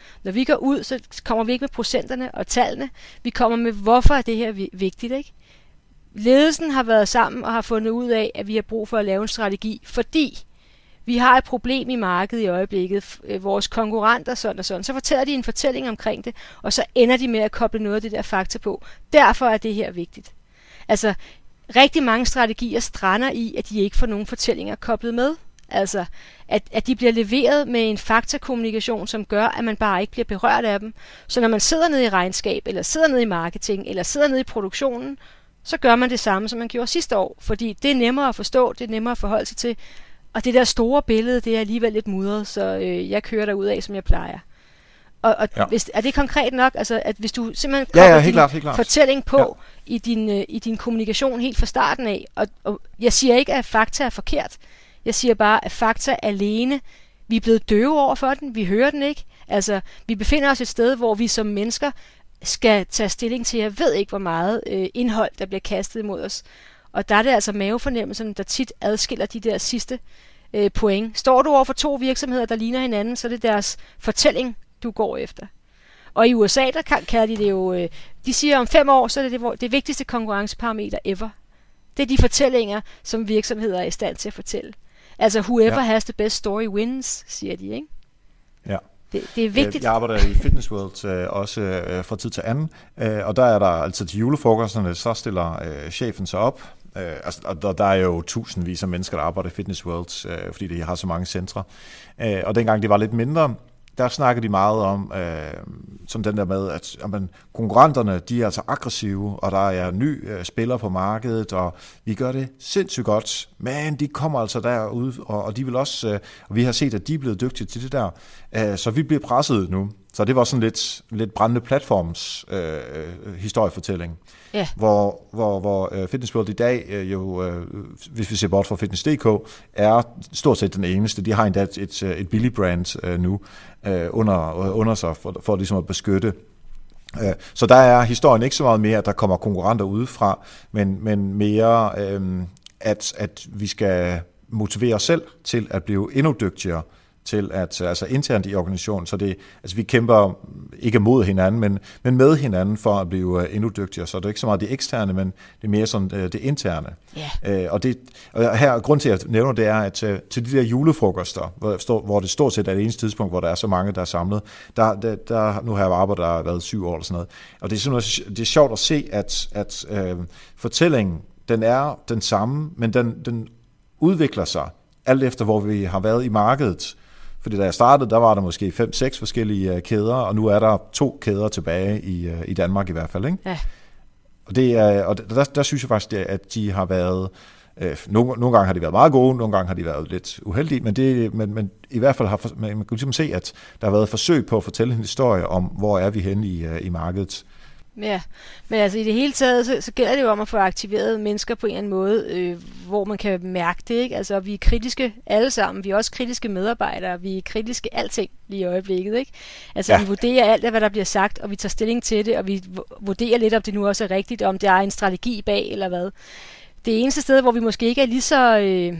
Når vi går ud, så kommer vi ikke med procenterne og tallene. Vi kommer med, hvorfor er det her vigtigt, ikke? Ledelsen har været sammen og har fundet ud af, at vi har brug for at lave en strategi, fordi vi har et problem i markedet i øjeblikket. Vores konkurrenter sådan og sådan. Så fortæller de en fortælling omkring det, og så ender de med at koble noget af det der fakta på. Derfor er det her vigtigt. Altså, rigtig mange strategier strander i, at de ikke får nogen fortællinger koblet med. Altså, at, at de bliver leveret med en faktakommunikation, som gør, at man bare ikke bliver berørt af dem. Så når man sidder nede i regnskab, eller sidder nede i marketing, eller sidder nede i produktionen, så gør man det samme, som man gjorde sidste år. Fordi det er nemmere at forstå, det er nemmere at forholde sig til. Og det der store billede, det er alligevel lidt mudret, så øh, jeg kører derud af, som jeg plejer. Og, og ja. hvis, er det konkret nok, altså, at hvis du simpelthen kommer ja, ja, din klart, helt klart. fortælling på ja. i, din, øh, i din kommunikation helt fra starten af, og, og jeg siger ikke, at fakta er forkert. Jeg siger bare, at fakta alene, vi er blevet døve over for den, vi hører den ikke. Altså, vi befinder os et sted, hvor vi som mennesker skal tage stilling til, jeg ved ikke, hvor meget øh, indhold, der bliver kastet imod os. Og der er det altså mavefornemmelsen, der tit adskiller de der sidste øh, point. Står du over for to virksomheder, der ligner hinanden, så er det deres fortælling, du går efter. Og i U S A, der kalder de det jo, øh, de siger om fem år, så er det det, det vigtigste konkurrenceparameter ever. Det er de fortællinger, som virksomheder er i stand til at fortælle. Altså, whoever ja. has the best story wins, siger de, ikke? Ja. Det, det er vigtigt. Jeg arbejder i Fitness World øh, også øh, fra tid til anden, øh, og der er der altid til julefrokosterne, så stiller øh, chefen sig op. Øh, altså, og der, der er jo tusindvis af mennesker, der arbejder i Fitness World, øh, fordi de har så mange centre. Øh, og dengang det var lidt mindre, der snakker de meget om øh, sådan den der med, at jamen, konkurrenterne, de er altså aggressive, og der er ny øh, spillere på markedet, og vi gør det sindssygt godt, men de kommer altså derud, og, og de vil også, øh, og vi har set, at de er blevet dygtige til det der, øh, så vi bliver presset nu. Så det var sådan lidt, lidt brændende platforms øh, historiefortælling, yeah. hvor, hvor, hvor uh, Fitness World i dag øh, jo, øh, hvis vi ser bort fra Fitness punktum d k, er stort set den eneste. De har endda et, et, et billig brand øh, nu øh, under, under sig for, for ligesom at beskytte. Øh, så der er historien ikke så meget mere, at der kommer konkurrenter udefra, men, men mere, øh, at, at vi skal motivere os selv til at blive endnu dygtigere til at, altså internt i organisationen, så det, altså vi kæmper ikke mod hinanden, men, men med hinanden for at blive endnu dygtigere, så det er ikke så meget det eksterne, men det er mere sådan det interne. Yeah. Øh, og, det, og her, grund til at jeg nævner det er, at til, til de der julefrokoster, hvor, hvor det stort set er det eneste tidspunkt, hvor der er så mange, der er samlet, der, der, der nu har jeg arbejdet, der har været syv år eller sådan noget, og det er, sådan, det er sjovt at se, at, at øh, fortællingen, den er den samme, men den, den udvikler sig, alt efter hvor vi har været i markedet. Fordi da jeg startede, der var der måske fem, seks forskellige kæder, og nu er der to kæder tilbage i, i Danmark i hvert fald, ikke? Ja. Og, det er, og der, der synes jeg faktisk, at de har været, øh, nogle, nogle gange har de været meget gode, nogle gange har de været lidt uheldige, men, det, men, men i hvert fald har man kan ligesom se, at der har været forsøg på at fortælle en historie om, hvor er vi henne i, i markedet. Ja, men altså i det hele taget, så, så gælder det jo om at få aktiveret mennesker på en eller anden måde, øh, hvor man kan mærke det, ikke? Altså vi er kritiske alle sammen, vi er også kritiske medarbejdere, vi er kritiske alting lige i øjeblikket, ikke? Altså ja. Vi vurderer alt af, hvad der bliver sagt, og vi tager stilling til det, og vi vurderer lidt, om det nu også er rigtigt, om der er en strategi bag, eller hvad. Det eneste sted, hvor vi måske ikke er lige så, øh,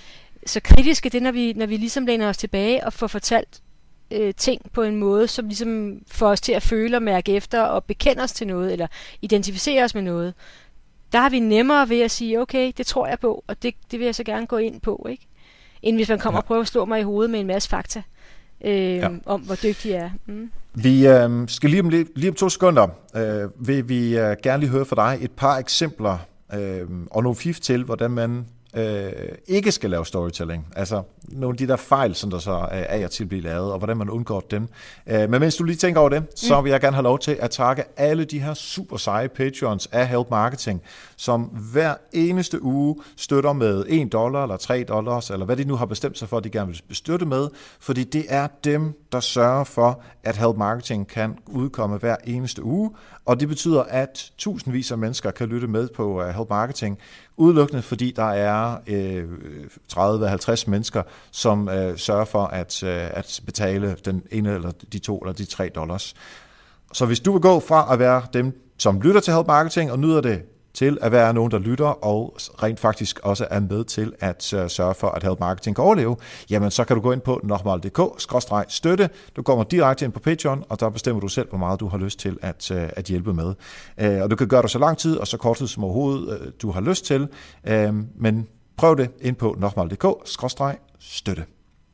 så kritiske, det er, når vi, når vi ligesom læner os tilbage og får fortalt ting på en måde, som ligesom får os til at føle og mærke efter og bekende os til noget, eller identificere os med noget. Der har vi nemmere ved at sige, okay, det tror jeg på, og det, det vil jeg så gerne gå ind på, ikke? End hvis man kommer ja. og prøver at slå mig i hovedet med en masse fakta øh, ja. om, hvor dygtig jeg er. Mm. Vi øh, skal lige om, lige, lige om to sekunder, øh, vil vi øh, gerne lige høre fra dig et par eksempler øh, og nogle fif til, hvordan man Øh, ikke skal lave storytelling. Altså nogle af de der fejl, som der så er af og til bliver lavet, og hvordan man undgår dem. Øh, men mens du lige tænker over det, så vil jeg gerne have lov til at takke alle de her super seje Patreons af Help Marketing, som hver eneste uge støtter med en dollar eller tre dollars, eller hvad de nu har bestemt sig for, at de gerne vil støtte med, fordi det er dem, der sørger for, at Help Marketing kan udkomme hver eneste uge, og det betyder, at tusindvis af mennesker kan lytte med på uh, Help Marketing, udelukkende fordi der er øh, tredive til halvtreds mennesker, som øh, sørger for at, øh, at betale den ene eller de to eller de tre dollars. Så hvis du vil gå fra at være dem, som lytter til Help Marketing og nyder det til at være nogen, der lytter, og rent faktisk også er med til at uh, sørge for, at Help Marketing kan overleve, jamen så kan du gå ind på nokmal punktum d k skråstreg støtte. Du kommer direkte ind på Patreon, og der bestemmer du selv, hvor meget du har lyst til at, uh, at hjælpe med. Uh, og du kan gøre det så lang tid, og så kort tid som overhovedet uh, du har lyst til, uh, men prøv det ind på nokmal punktum d k skråstreg støtte.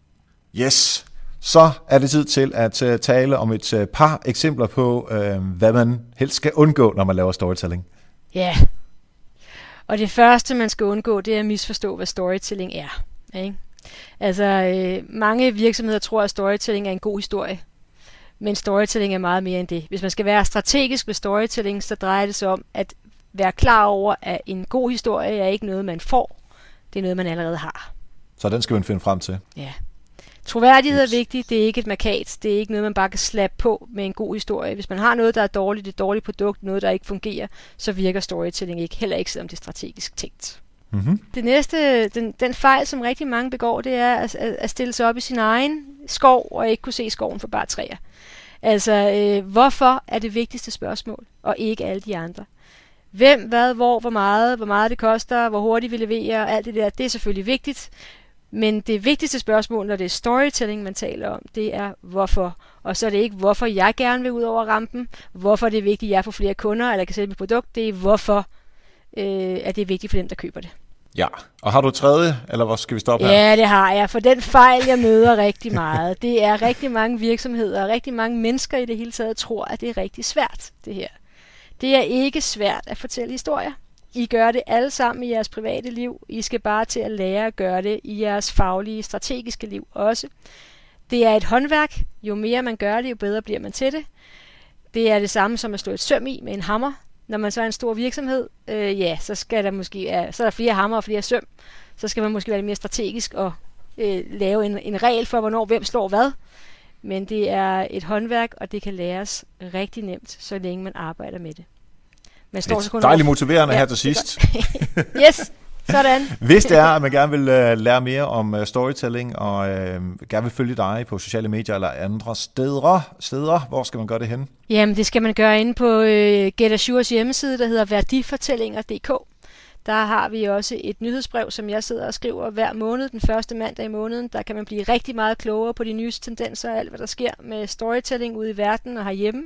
Yes! Så er det tid til at uh, tale om et uh, par eksempler på, uh, hvad man helst skal undgå, når man laver storytelling. Ja, yeah. Og det første, man skal undgå, det er at misforstå, hvad storytelling er. Ikke? Altså, øh, mange virksomheder tror, at storytelling er en god historie, men storytelling er meget mere end det. Hvis man skal være strategisk med storytelling, så drejer det sig om at være klar over, at en god historie er ikke noget, man får, det er noget, man allerede har. Så den skal man finde frem til. Ja. Troværdighed er vigtigt, det er ikke et markat, det er ikke noget, man bare kan slappe på med en god historie. Hvis man har noget, der er dårligt, et dårligt produkt, noget, der ikke fungerer, så virker storytelling ikke, heller ikke selvom det er strategisk tænkt. Mm-hmm. Det næste, den, den fejl, som rigtig mange begår, det er at, at stille sig op i sin egen skov, og ikke kunne se skoven for bare træer. Altså, øh, hvorfor er det vigtigste spørgsmål, og ikke alle de andre? Hvem, hvad, hvor, hvor meget, hvor meget det koster, hvor hurtigt vi leverer, alt det der, det er selvfølgelig vigtigt. Men det vigtigste spørgsmål, når det er storytelling, man taler om, det er hvorfor. Og så er det ikke, hvorfor jeg gerne vil ud over rampen, hvorfor det er vigtigt, at jeg får flere kunder, eller kan sælge mit produkt. Det er, hvorfor øh, at det er vigtigt for dem, der køber det. Ja, og har du et tredje, eller hvor skal vi stoppe her? Ja, det har jeg, for den fejl, jeg møder rigtig meget. Det er rigtig mange virksomheder, og rigtig mange mennesker i det hele taget tror, at det er rigtig svært, det her. Det er ikke svært at fortælle historier. I gør det alle sammen i jeres private liv. I skal bare til at lære at gøre det i jeres faglige, strategiske liv også. Det er et håndværk. Jo mere man gør det, jo bedre bliver man til det. Det er det samme som at slå et søm i med en hammer. Når man så er en stor virksomhed, øh, ja, så skal der måske ja, så er der flere hammer og flere søm. Så skal man måske være lidt mere strategisk og øh, lave en, en regel for, hvornår hvem slår hvad. Men det er et håndværk, og det kan læres rigtig nemt, så længe man arbejder med det. Man står så kun dejligt motiverende ja, her til sidst. Yes, sådan. Hvis det er, at man gerne vil uh, lære mere om uh, storytelling, og uh, gerne vil følge dig på sociale medier eller andre steder, steder, hvor skal man gøre det hen? Jamen, det skal man gøre inde på uh, GetAssures hjemmeside, der hedder værdifortællinger punktum d k. Der har vi også et nyhedsbrev, som jeg sidder og skriver hver måned, den første mandag i måneden. Der kan man blive rigtig meget klogere på de nyeste tendenser og alt, hvad der sker med storytelling ude i verden og herhjemme.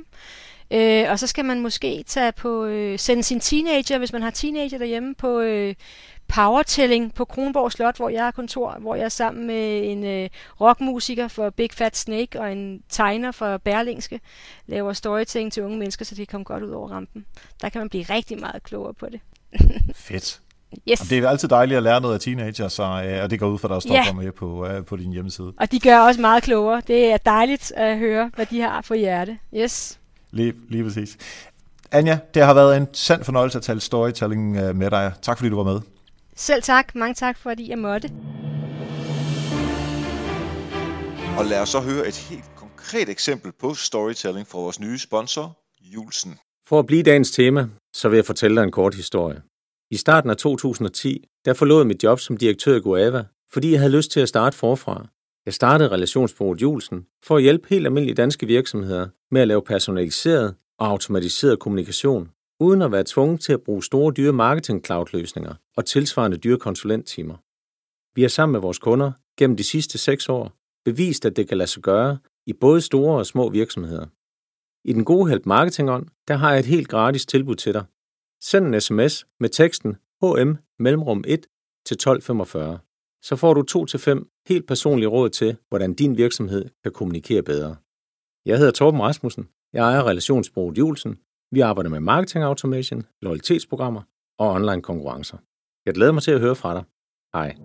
Øh, og så skal man måske tage på, øh, sende sin teenager, hvis man har teenager derhjemme, på øh, powertelling på Kronborg Slot, hvor jeg har kontor, hvor jeg er sammen med en øh, rockmusiker for Big Fat Snake og en tegner for Berlingske laver storytelling til unge mennesker, så det kommer godt ud over rampen. Der kan man blive rigtig meget klogere på det. Fedt. Yes. Det er altid dejligt at lære noget af teenager, så, øh, og det går ud fra, der står yeah. med på, øh, på din hjemmeside. Og de gør også meget klogere. Det er dejligt at høre, hvad de har på hjerte. Yes. Lige, lige præcis. Anja, det har været en sand fornøjelse at tale storytelling med dig. Tak fordi du var med. Selv tak. Mange tak, fordi jeg måtte. Og lad os så høre et helt konkret eksempel på storytelling fra vores nye sponsor, Julesen. For at blive dagens tema, så vil jeg fortælle dig en kort historie. I starten af to tusind og ti, der forlod jeg mit job som direktør i Goava, fordi jeg havde lyst til at starte forfra. Jeg startede relationsbureauet Julesen for at hjælpe helt almindelige danske virksomheder med at lave personaliseret og automatiseret kommunikation, uden at være tvunget til at bruge store dyre marketing cloud-løsninger og tilsvarende dyre konsulenttimer. Vi har sammen med vores kunder gennem de sidste seks år bevist, at det kan lade sig gøre i både store og små virksomheder. I den gode Help Marketing-ånd, der har jeg et helt gratis tilbud til dig. Send en sms med teksten H M mellemrum et til tolv femogfyrre. Så får du to til fem helt personlige råd til, hvordan din virksomhed kan kommunikere bedre. Jeg hedder Torben Rasmussen. Jeg ejer relationsbureauet Julesen. Vi arbejder med marketing automation, loyalitetsprogrammer og online konkurrencer. Jeg glæder mig til at høre fra dig. Hej.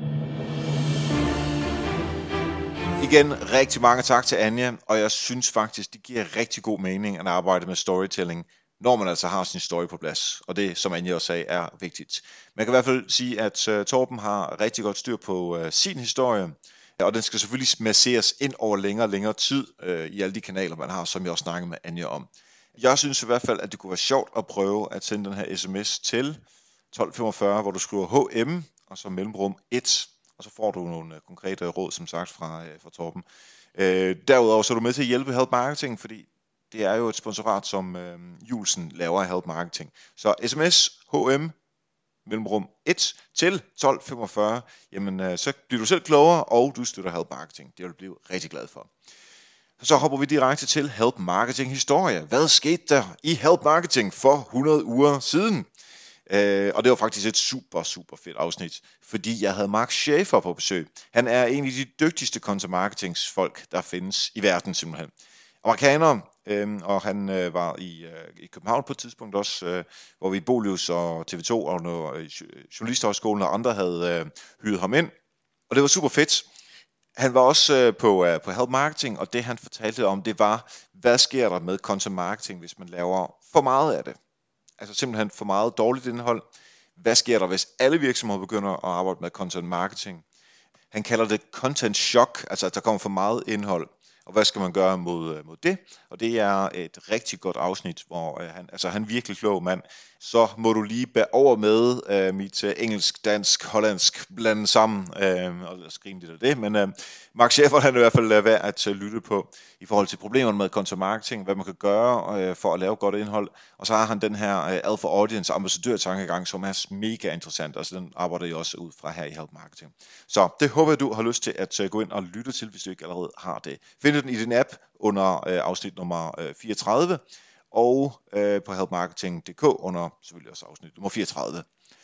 Igen, rigtig mange tak til Anja, og jeg synes faktisk, det giver rigtig god mening at arbejde med storytelling, når man altså har sin story på plads. Og det, som Anja også sagde, er vigtigt. Man kan i hvert fald sige, at uh, Torben har rigtig godt styr på uh, sin historie, og den skal selvfølgelig masseres ind over længere og længere tid uh, i alle de kanaler, man har, som jeg også snakkede med Anja om. Jeg synes i hvert fald, at det kunne være sjovt at prøve at sende den her sms til tolv femogfyrre, hvor du skriver H M, og så mellemrum et, og så får du nogle uh, konkrete råd, som sagt, fra, uh, fra Torben. Uh, derudover så er du med til at hjælpe Help Marketing, fordi det er jo et sponsorat, som øh, Julesen laver af Help Marketing. Så sms H M mellemrum et til tolv femogfyrre, jamen øh, så bliver du selv klogere, og du støtter Help Marketing. Det vil du blive rigtig glad for. Så hopper vi direkte til Help Marketing historie. Hvad skete der i Help Marketing for hundrede uger siden? Øh, og det var faktisk et super, super fedt afsnit, fordi jeg havde Mark Schaefer på besøg. Han er en af de dygtigste content marketingsfolk, der findes i verden simpelthen. Amerikaner, øh, og han øh, var i, øh, i København på et tidspunkt også, øh, hvor vi Bolius og T V to og noget, øh, Journalisterhøjskolen og andre havde øh, hyret ham ind. Og det var super fedt. Han var også øh, på, øh, på Help Marketing, og det han fortalte om, det var, hvad sker der med content marketing, hvis man laver for meget af det? Altså simpelthen for meget dårligt indhold. Hvad sker der, hvis alle virksomheder begynder at arbejde med content marketing? Han kalder det content shock, altså at der kommer for meget indhold. Og hvad skal man gøre mod, mod det? Og det er et rigtig godt afsnit, hvor øh, han, altså han er virkelig klog mand. Så må du lige bære over med øh, mit øh, engelsk, dansk, hollandsk blandet sammen, øh, og skrive lidt af det. Men øh, Mark Schaefer han er i hvert fald værd at øh, lytte på i forhold til problemerne med content marketing, hvad man kan gøre øh, for at lave godt indhold. Og så har han den her øh, Alpha Audience ambassadør-tankegang, som er mega interessant, og så den arbejder jeg også ud fra her i Help Marketing. Så det håber jeg, du har lyst til at øh, gå ind og lytte til, hvis du ikke allerede har det. Find den i din app under øh, afsnit nummer øh, fireogtredive, og øh, på help marketing punktum d k under selvfølgelig også afsnit nummer fireogtredive.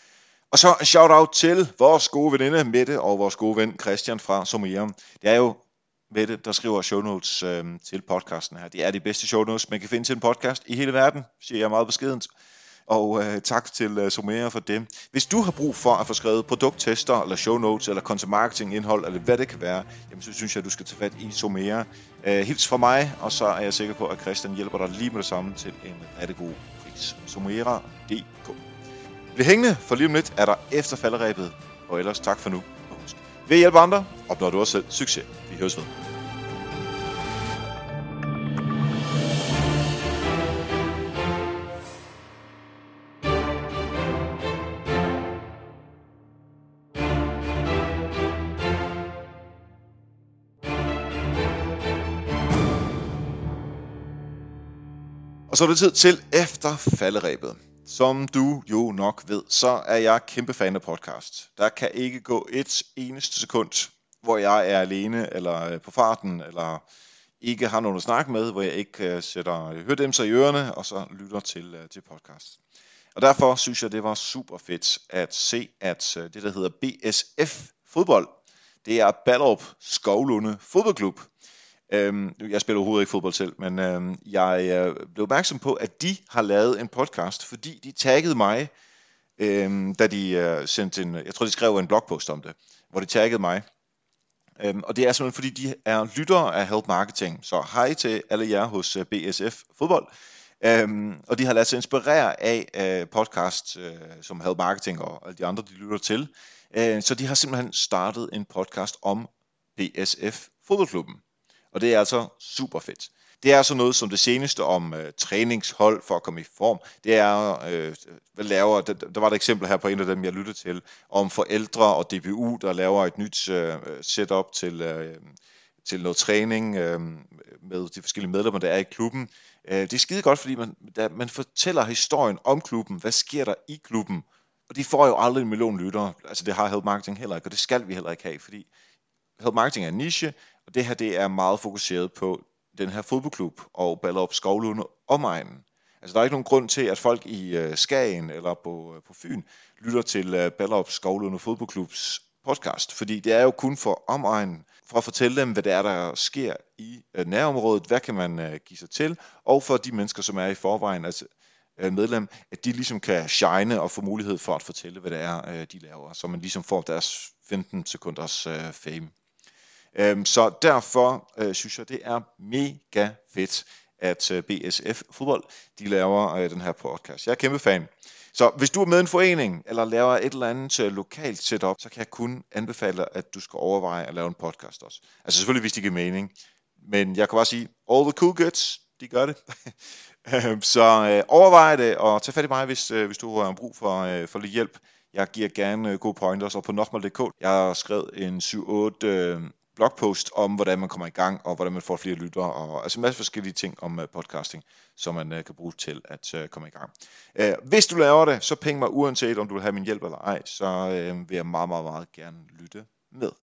Og så en shout-out til vores gode veninde Mette og vores gode ven Christian fra Sommelier. Det er jo Mette, der skriver show notes øh, til podcasten her. Det er de bedste show notes, man kan finde til en podcast i hele verden, siger jeg meget beskedent. Og øh, tak til øh, Sommelier for det. Hvis du har brug for at få skrevet produkttester, eller show notes, eller content marketing indhold, eller hvad det kan være, jamen, så synes jeg, at du skal tage fat i Sommelier. Øh, hils fra mig, og så er jeg sikker på, at Christian hjælper dig lige med det samme til en rigtig god pris. Sommelier punktum d k. Bliv hængende, for lige om lidt er der efter falderæbet, og ellers tak for nu. Og husk, ved at hjælpe andre, opnår du også selv succes. Vi høres ved. Og så er det tid til efter falderæbet. Som du jo nok ved, så er jeg kæmpe fan af podcast. Der kan ikke gå et eneste sekund, hvor jeg er alene, eller på farten, eller ikke har nogen at snakke med, hvor jeg ikke sætter høredæmser i ørerne, og så lytter til, til podcast. Og derfor synes jeg, det var super fedt at se, at det, der hedder B S F fodbold, det er Ballerup Skovlunde Fodboldklub. Øhm, jeg spiller overhovedet ikke fodbold selv, men øhm, jeg øh, blev opmærksom på, at de har lavet en podcast, fordi de taggede mig, øhm, da de øh, sendte en, jeg tror de skrev en blogpost om det, hvor de taggede mig. Øhm, og det er simpelthen fordi, de er lyttere af Help Marketing, så hej til alle jer hos øh, B S F fodbold. Øhm, og de har ladet sig inspirere af øh, podcast øh, som Help Marketing og alle de andre, de lytter til. Øh, så de har simpelthen startet en podcast om B S F fodboldklubben. Og det er altså super fedt. Det er altså noget som det seneste om øh, træningshold for at komme i form. Det er, øh, hvad laver, der, der var et eksempel her på en af dem, jeg lyttede til, om forældre og D B U, der laver et nyt øh, setup til, øh, til noget træning øh, med de forskellige medlemmer, der er i klubben. Øh, det er skide godt, fordi man, der, man fortæller historien om klubben. Hvad sker der i klubben? Og de får jo aldrig en million lyttere. Altså det har Help Marketing heller ikke, og det skal vi heller ikke have, fordi Help Marketing er en niche, og det her det er meget fokuseret på den her fodboldklub og Ballerup Skovlunde omegnen. Altså der er ikke nogen grund til, at folk i uh, Skagen eller på, uh, på Fyn lytter til uh, Ballerup Skovlunde Fodboldklubs podcast, fordi det er jo kun for omegnen, for at fortælle dem, hvad det er, der sker i uh, nærområdet, hvad kan man uh, give sig til, og for de mennesker, som er i forvejen, altså uh, medlem, at de ligesom kan shine og få mulighed for at fortælle, hvad det er, uh, de laver, så man ligesom får deres femten sekunders uh, fame. Så derfor øh, synes jeg, det er mega fedt, at øh, B S F Fodbold, de laver øh, den her podcast. Jeg er kæmpe fan. Så hvis du er med i en forening, eller laver et eller andet øh, lokalt setup, så kan jeg kun anbefale dig, at du skal overveje at lave en podcast også. Altså selvfølgelig, hvis det giver mening. Men jeg kan bare sige, all the cool kids, de gør det. Så øh, overvej det, og tag fat i mig, hvis, øh, hvis du har brug for, øh, for lidt hjælp. Jeg giver gerne øh, gode pointers, og på nokmal punktum d k, jeg har skrevet en syv otte... Øh, blogpost om, hvordan man kommer i gang, og hvordan man får flere lyttere, og altså en masse forskellige ting om uh, podcasting, som man uh, kan bruge til at uh, komme i gang. Uh, hvis du laver det, så ping mig, uanset om du vil have min hjælp eller ej, så uh, vil jeg meget, meget, meget gerne lytte med.